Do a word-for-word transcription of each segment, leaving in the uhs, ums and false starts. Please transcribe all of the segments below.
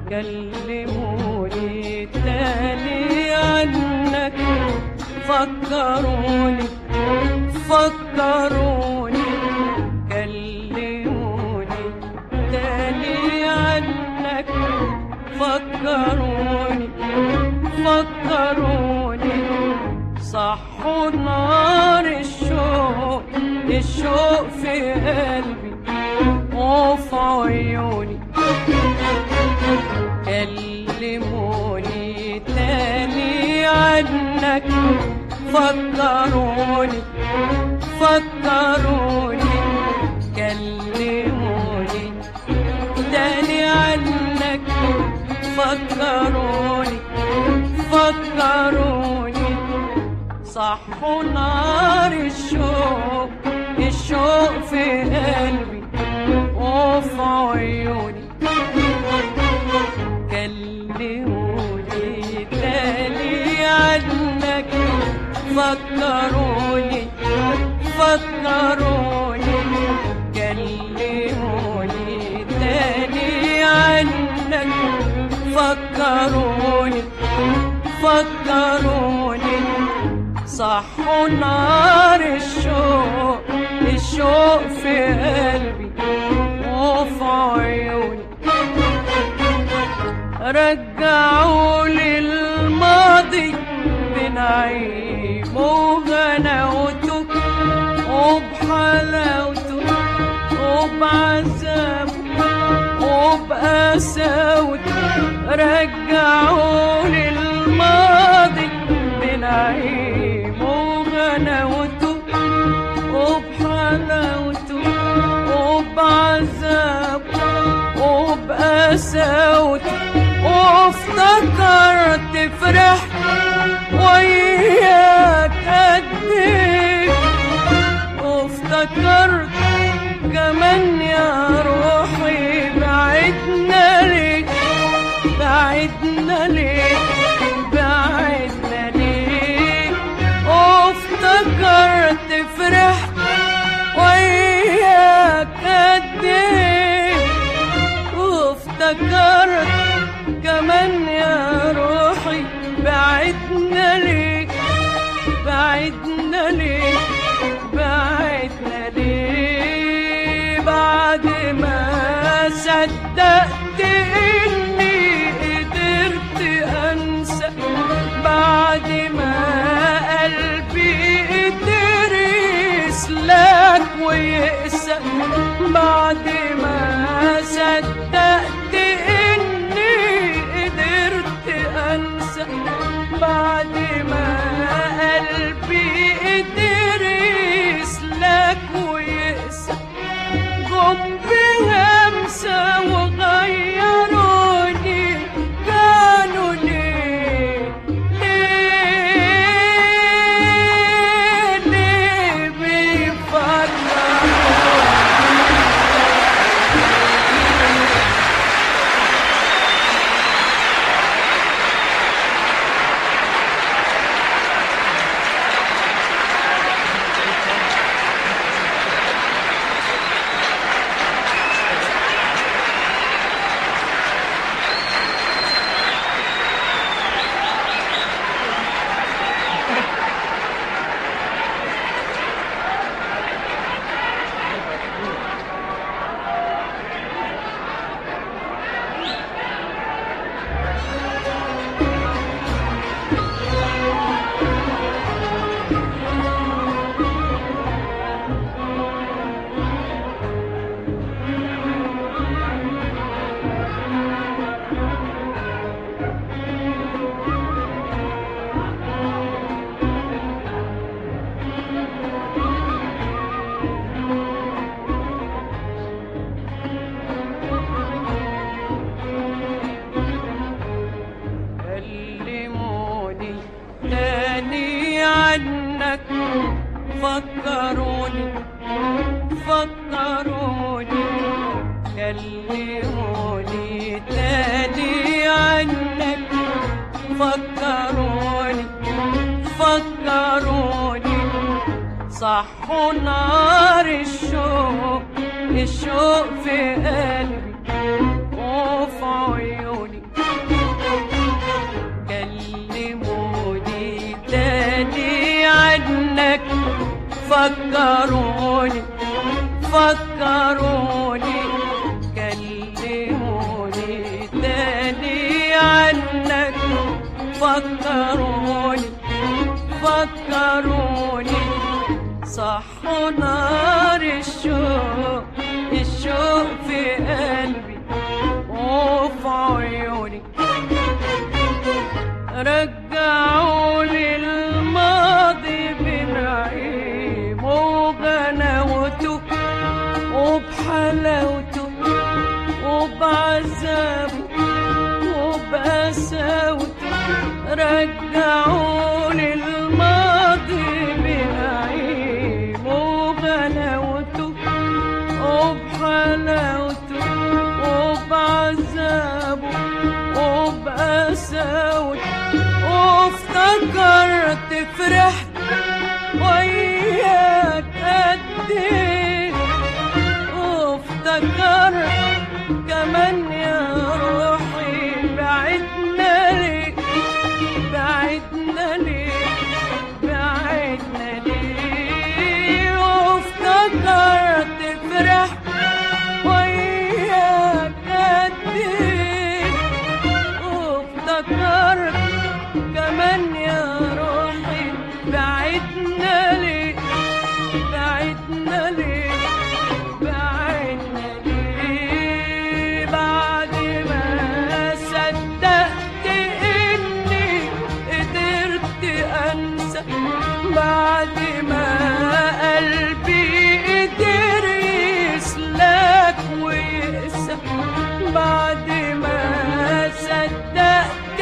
كلموني تاني عنك، فكروني فكروني كلموني تاني عنك، فكروني فكروني صحوا نار الشوق الشوق في قلبي وفي عيوني. كلموني تاني عنك، فكروني فكروني كلموني تاني عنك، فكروني فكروني صحوا نار الشوق الشوق في قلبي وفي عيوني. كلموني تاني عنك، فكروني فكروني كلموني تاني عنك، فكروني فكروني صحوا نار الشوق الشوق في قلبي وفي عيوني. رجعوا لي الماضي بنعيم وغناوته وبحلاوته وبعذابه وبقساوته. رجعوا لي الماضي بنعيم وغناوته وبحلاوته وبعذابه وبقساوته. وافتكرت فرحت وياك قد ايه، وافتكرت كمان يا روحي بعدنا ليه بعدنا ليه بعدنا ليه. وافتكرت فرحت وياك قد ايه، وافتكرت كمان يا روحي بعدنا ليك بعدنا ليك بعدنا ليك. بعد ما صدقت اني قدرت انسى، بعد ما قلبي قدر يسلك ويقسى، بعد ما صدقت بعد ما قلبي قدر يسلك ويقسى. جم بهمسة وغيروني، كانوا ليه ليه ليه بيفرحوا. فكروني فكروني كلموني تاني عنك، فكروني فكروني صحوا نار الشوق الشوق في قلبي وفي عيوني. فكروني فكروني كلموني تاني عنك فكروني فكروني صحوا نار الشوق الشوق في قلبي وفي عيوني رجعوني الماضي بنعيم وغناوته وبحلاوته وبعذابه وبقساوته رجعوني الماضي بنعيم وغناوته وبحلاوته وبعذابه وبقساوته وافتكرت فرحت وياك قد ايه وافتكرت كمان يا روحي بعدنا ليه بعدنا ليه بعدنا ليه وافتكرت فرحت وياك قد ايه وافتكرت كمان يا روحي بعدنا ليه بعدنا ليه بعدنا ليه بعد ما صدقت اني قدرت انسى بعد ما قلبي قدر يسلك ويقسى بعد ما صدقت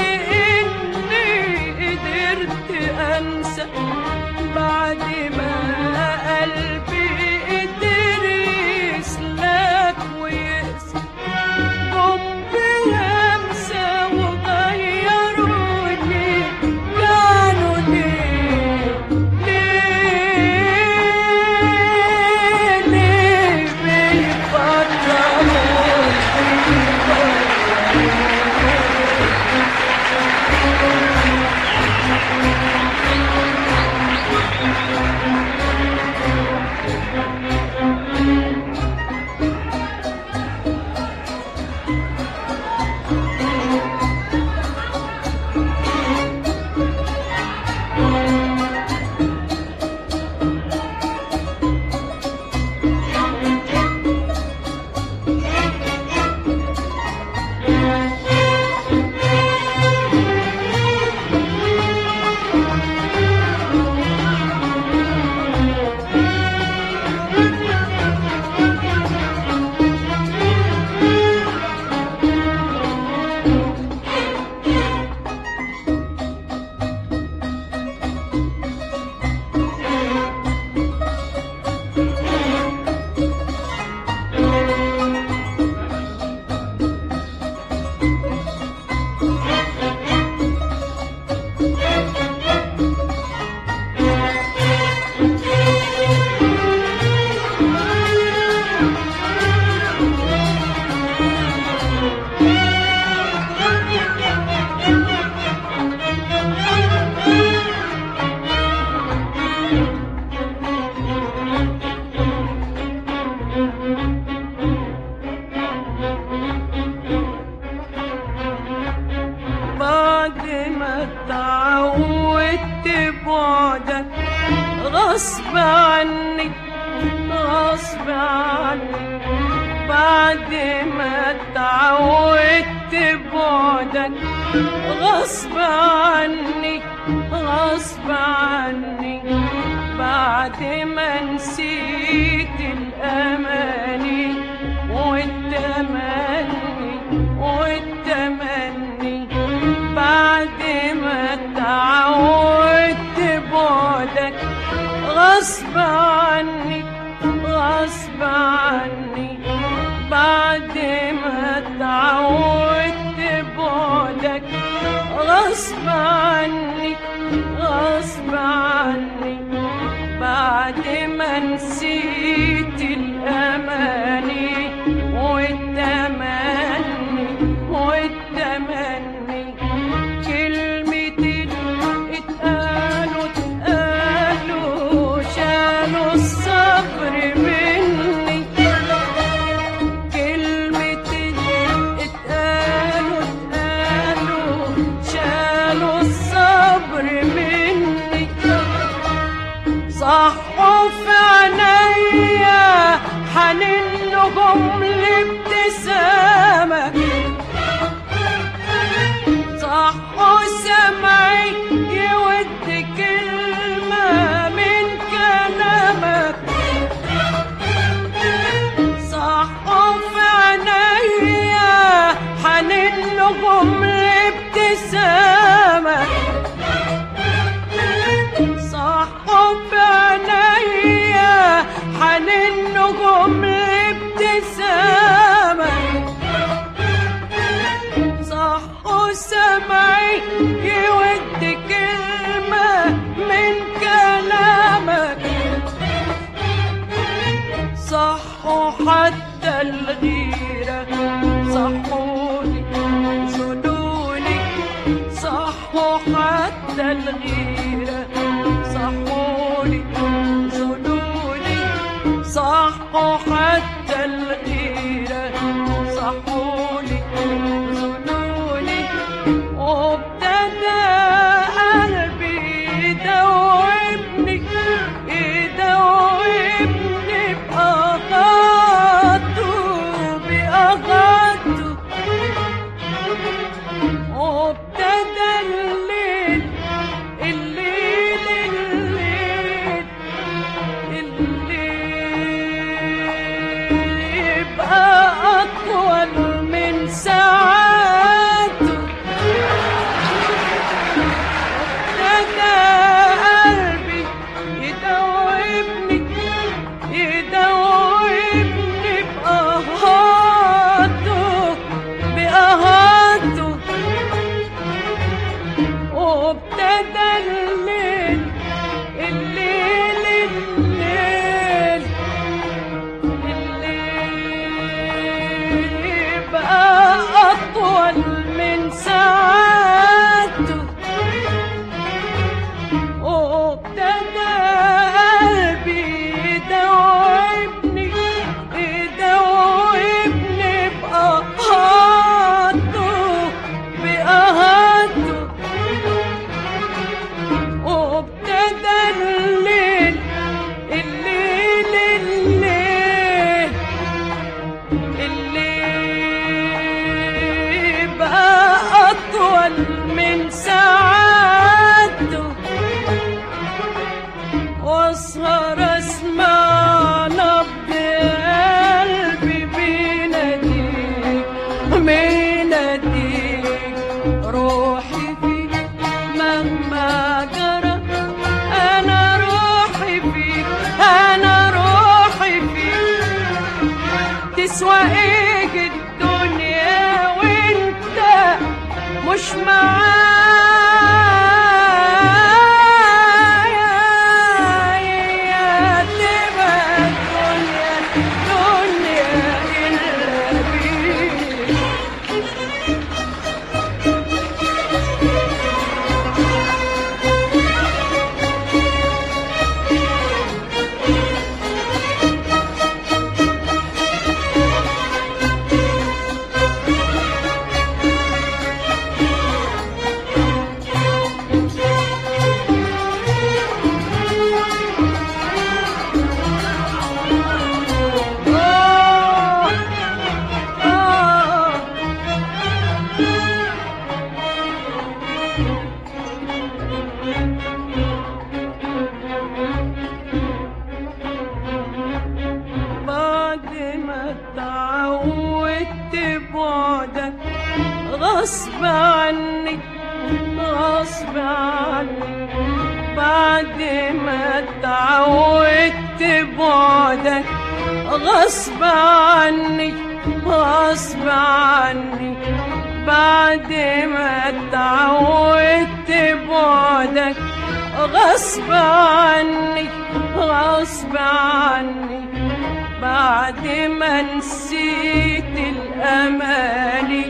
أنسى بعد ما قلبي قدر يسلك ويقسى جم بلمسة وغيروني كانوا ليه ليه ليه بيفكروني بعدك غصب عني غصب عني بعد ما اتعودت بعدك غصب عني غصب عني بعد ما نسيت الأماني والتمني والتمني بعد ما اتعودت بعدك غصب عني غصب عني بعد ما اتعودت بعدك غصب عني غصب عني بعد ما نسيت الأمان الغيرة صحوني ظنوني صحوا حتى الغيرة صحوني ظنوني صحوا حتى الغيرة صحوني ظنوني وابتدى قلبي يدوبني يدوبني بأغاته بأغاته وابتدى الليل الليل الليل الليل يبقى أطول من ساعاته ابتدى قلبي يدوبني يدوبني بأهاته بأهاته وابتدى الليل الليل الليل الليل يبقى أطول من ساعاته وابتدى قلبي يدوبني يدوبني بأهاته بأهاته وابتدى الليل الليل الليل الليل يبقى أطول من ساعاته واسهر اسمع نبض قلبي بيناديك بيناديك روحي فيك مهما جرى انا روحي فيك انا روحي فيك تسوى ايه الدنيا وانت مش معايا تبقى الدنيا دنيا إلا بيك غصب عني غصب عني بعد ما اتعودت بعدك غصب عني غصب عني بعد ما اتعودت بعدك غصب عني غصب عني بعد ما نسيت الأماني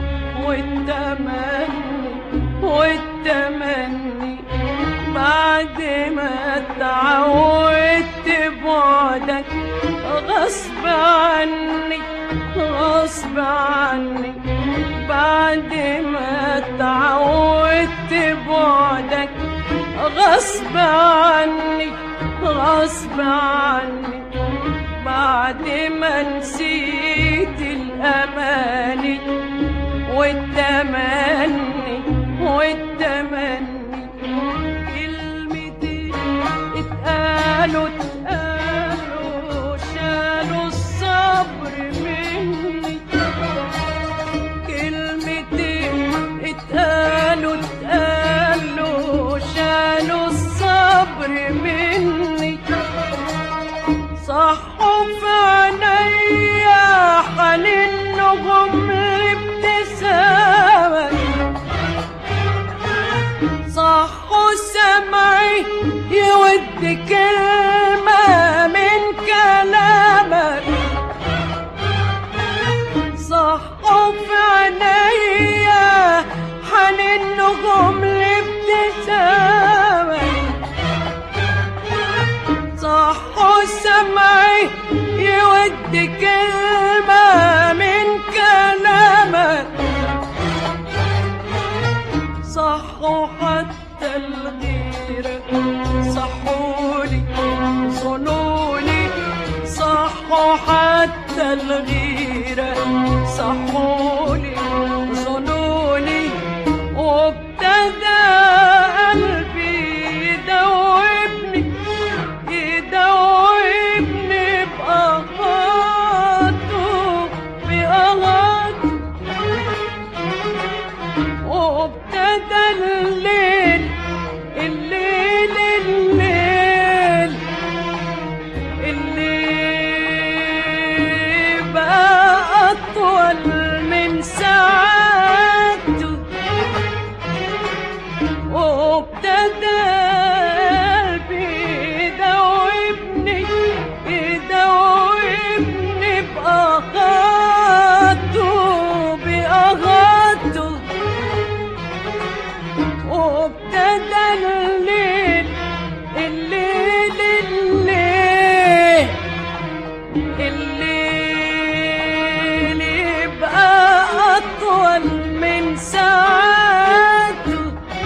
والتمني والتمني بعد ما اتعودت بعدك غصب عني غصب عني بعد ما اتعودت بعدك غصب عني غصب عني بعد ما نسيت الأماني والتمني والتمني كلمتين اتقالوا اتقالوا شالوا الصبر مني كلمتين اتقالوا اتقالوا شالوا الصبر مني صحوا في عينيا حنين نجوم الابتسامة صحوا سمعي يود كلمة من كلامك كلمة من كلامك صحوا حتى الغيرة، صحولي ظنوني، صحوا حتى الغيرة، صحولي ظنوني، وابتدى قلبي يدوبني يدوبني بأغاته بأغاته، وابتدى الليل الليل الليل الليل بقى أطول من ساعته، وابتدى قلبي يدوبني يدوبني بأغاته بأغاته، وابتدى الليل الليل الليل الليل يبقى أطول من ساعته،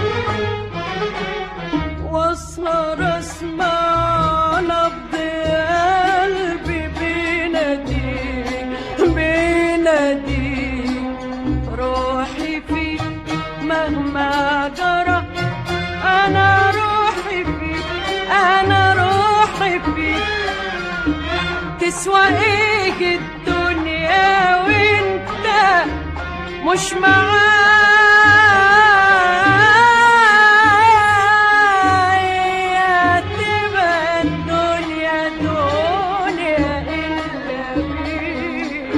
واسهر اسمع نبض قلبي بيناديك بيناديك، روحي فيك مهما جرى، أنا روحي فيك أنا روحي فيك، تسوى إيه الدنيا وإنت مش معايا، تبقى الدنيا دنيا إلا بيك.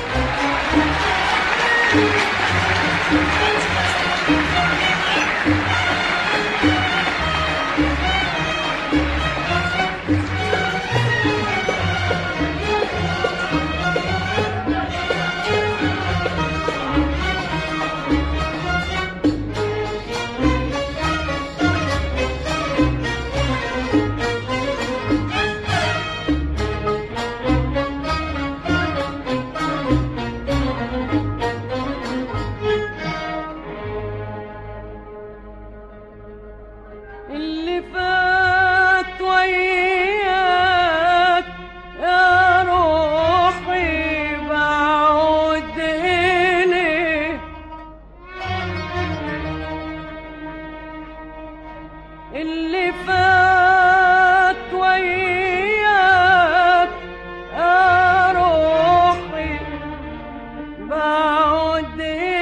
اللي فات وياك يا روحي بعود إليه، اللي فات وياك يا روحي بعود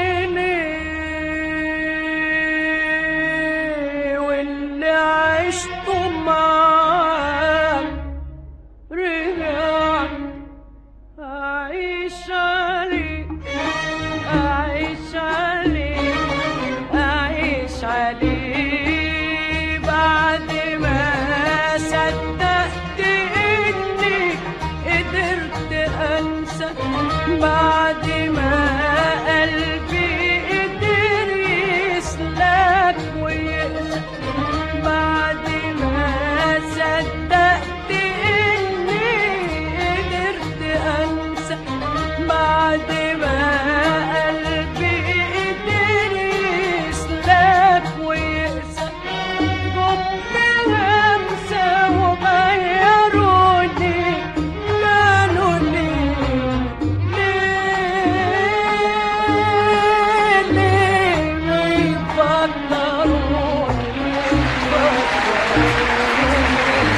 إليه، واللي عشته معاك رجعت أعيش عليه أعيش عليه أعيش عليه، بعد ما صدقت إني قدرت أنسى، بعد ما قلبي قدر يسلك ويقسى، بعد ما صدقت إني قدرت أنسى، بعد ما قلبي قدر يسلك ويقسى، جم بهمسة وغيروني، كانوا ليه ليه ليه بيفكروني بيفكروني.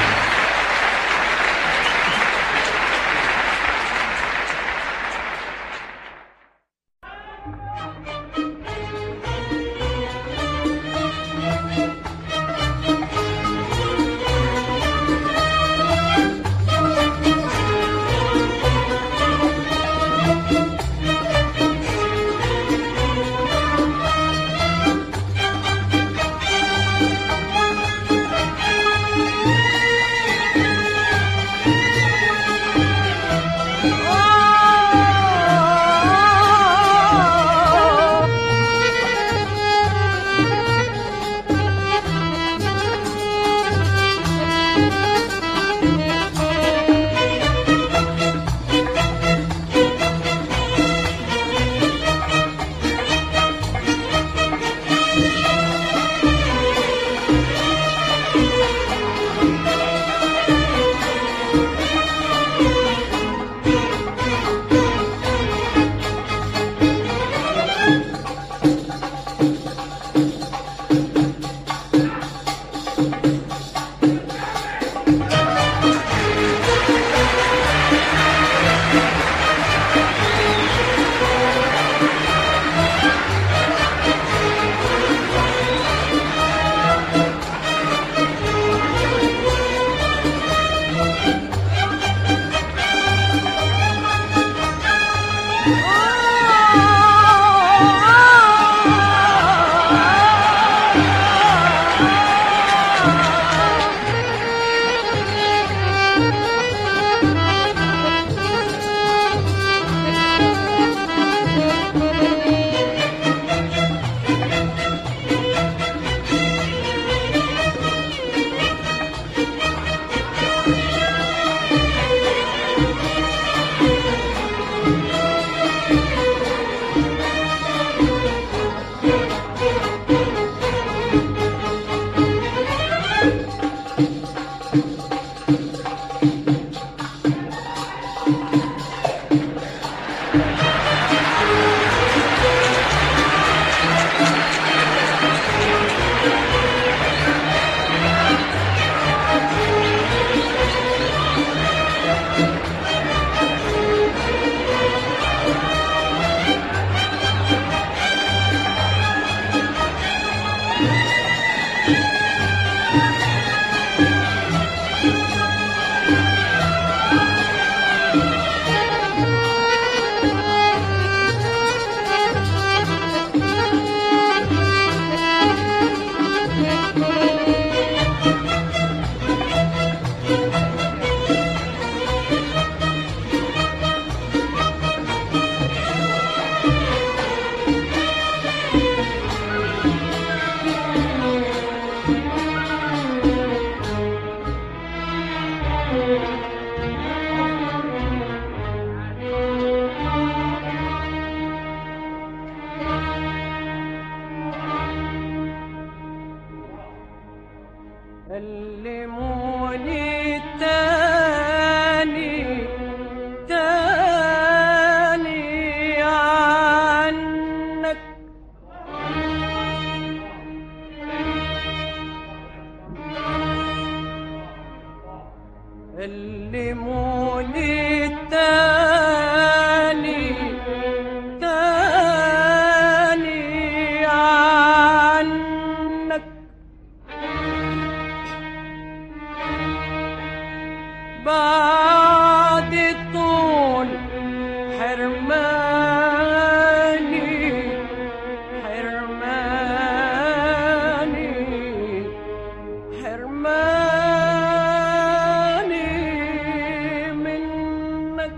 كلموني تاني تاني عنك، كلموني تاني تاني عنك، بعد طول حرماني حرماني حرماني منك.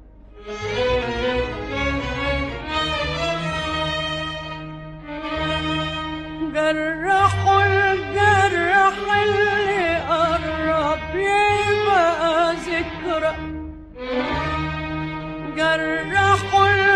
جرحوا الجرح اللي قرب يبقى ذكرى، جرحوا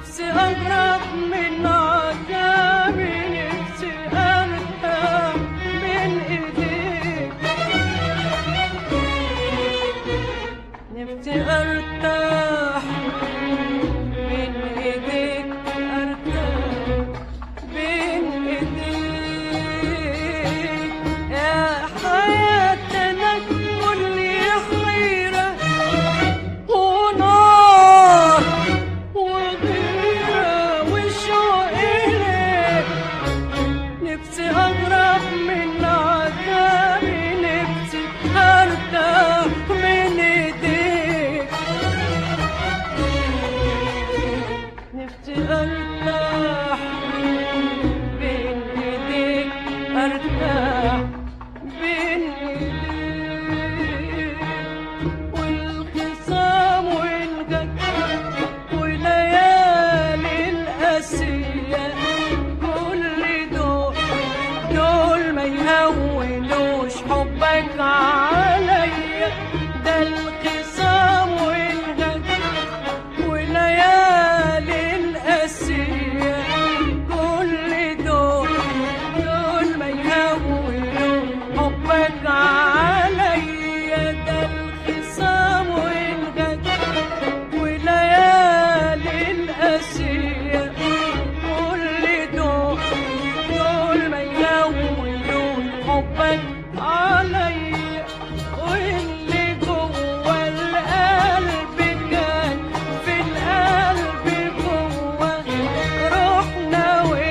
نفسي أهرب من عذابي، نفسي أرتاح من إيديك، نفسي أرتاح من إيديك، أرتاح بين إيديك يا حياتنا. كل حيرة ونار وغيرة وشوق إليك، نفسي أهرب من عذابي، نفسي أرتاح من إيديك، نفسي أرتاح بين إيديك، أرتاح بين إيديك. والخصام والجد وليالي القاسية، كل دول دول ما يهونوش حبك عليا. ده الخصام والجد وليالي القاسية، كل دول دول ما يهونوش حبك عليا. ده الخصام والجد وليالي القاسية، كل دول دول ما يهونوش حبك عليا. واللي جوه القلب كان في القلب جوه، روحنا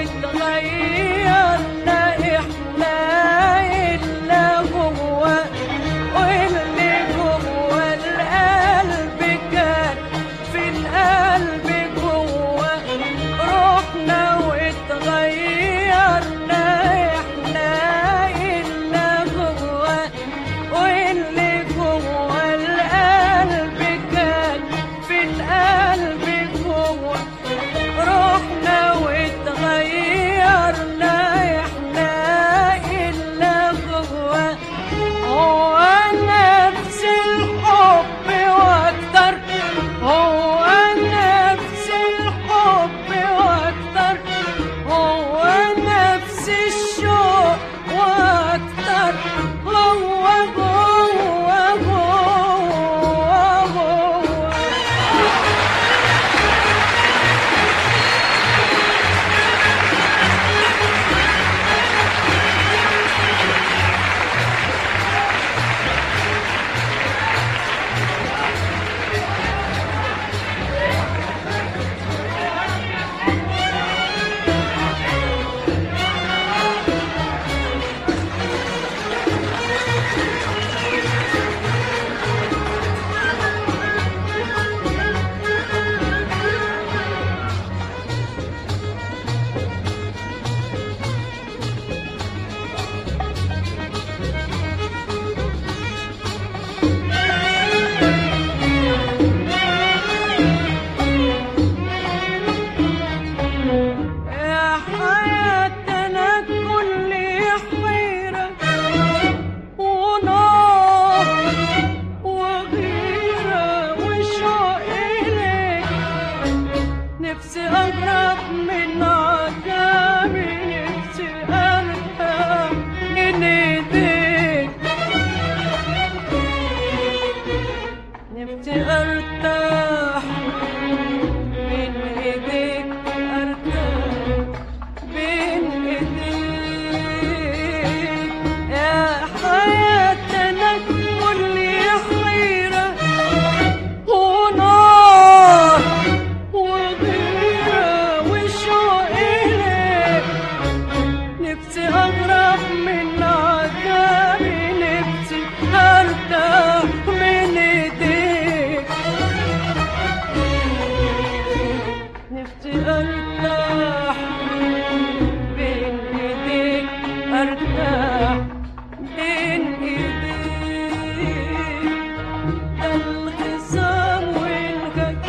واتغيرنا احنا إلا جوه. واللي جوه القلب كان في القلب جوه، روحنا واتغيرنا احنا إلا جوه. واللي جوه القلب كان في القلب جوه، روحنا واتغيرنا احنا إلا جوه. هو نفس الحب واكتر، هو نفس الحب واكتر، هو نفس الشوق واكتر، هو جوه جوه جوه. يا حياتنا كل حيرة ونار وغيرة وشوق إليك، نفسي أهرب من عذابي، نفسي أرتاح من إيديك، نفسي أرتاح من إيديك، أرتاح بين إيديك يا حياتنا. كل حيرة ونار وغيرة وشوق إليك، نفسي أهرب من عذابي، نفسي أرتاح من إيديك، نفسي أرتاح بين إيديك، أرتاح بين إيديك. الخصام والجد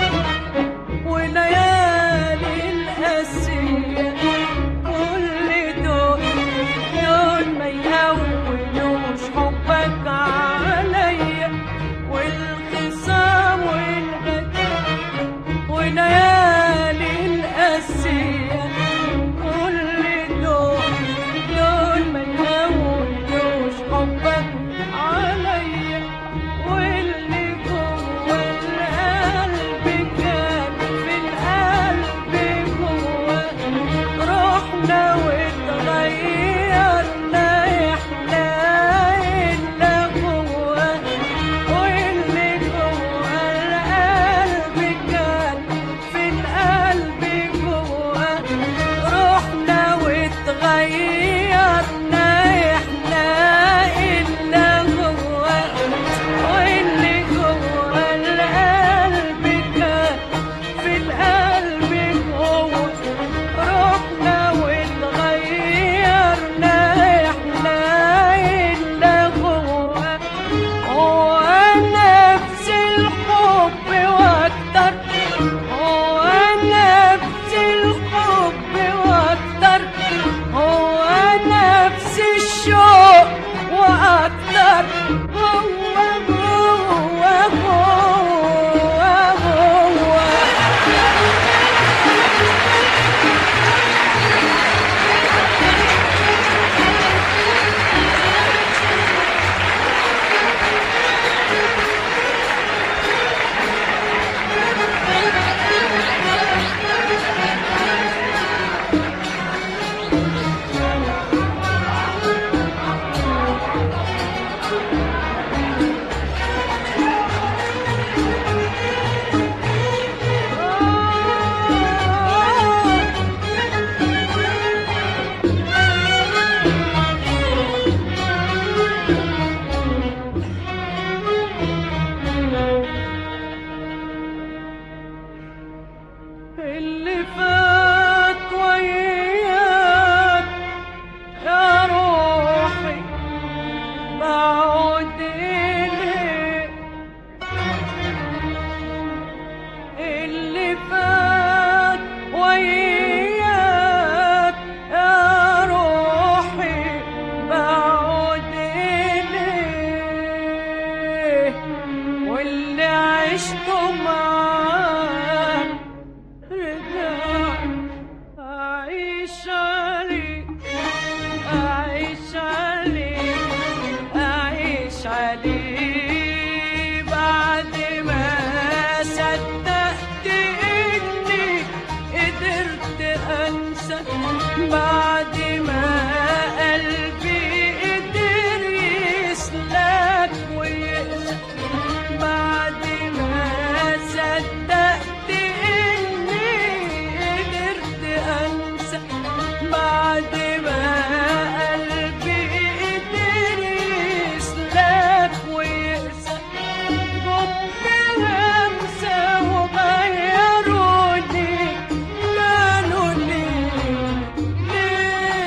وليالي القاسية، كل دول دول ما يهونوش حبك عليا. والخصام والجد وليالي أنسى بعد ما قلبي قدر يسلك ويقسى، بعد ما صدقت إني قدرت أنسى، بعد ما قلبي قدر يسلك ويقسى. كنت همسة وغيروني، كانوا ليه ليه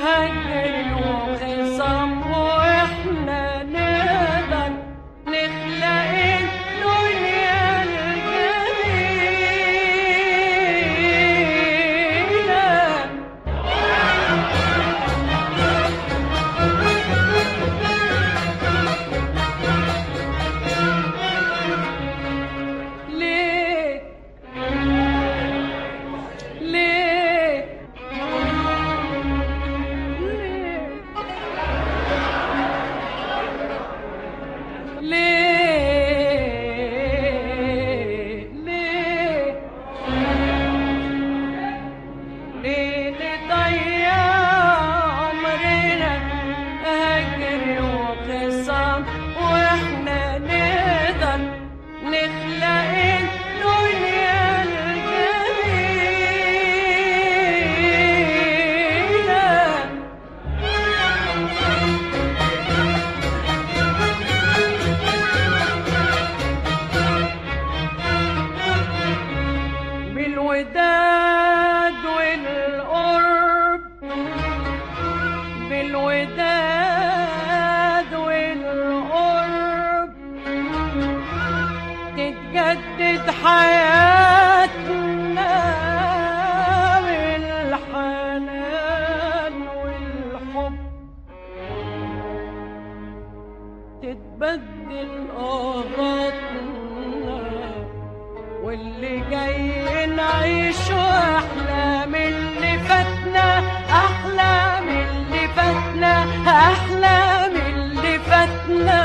هجر وخصام واحنا نقدر نخلق الدنيا الجميلة. ليه ليه ليه ليه ليه نضيع عمرنا هجر وخصام واحنا نقدر نخلق الدنيا الجميلة. بالوداد والقرب بالوداد والقرب تتجدد حياتنا بالحنان والحب، تتبدل قراراتنا واللي جاي نعيشه أحلى من اللي فاتنا، أحلى من اللي فاتنا، أحلى من اللي فاتنا.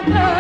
ابدا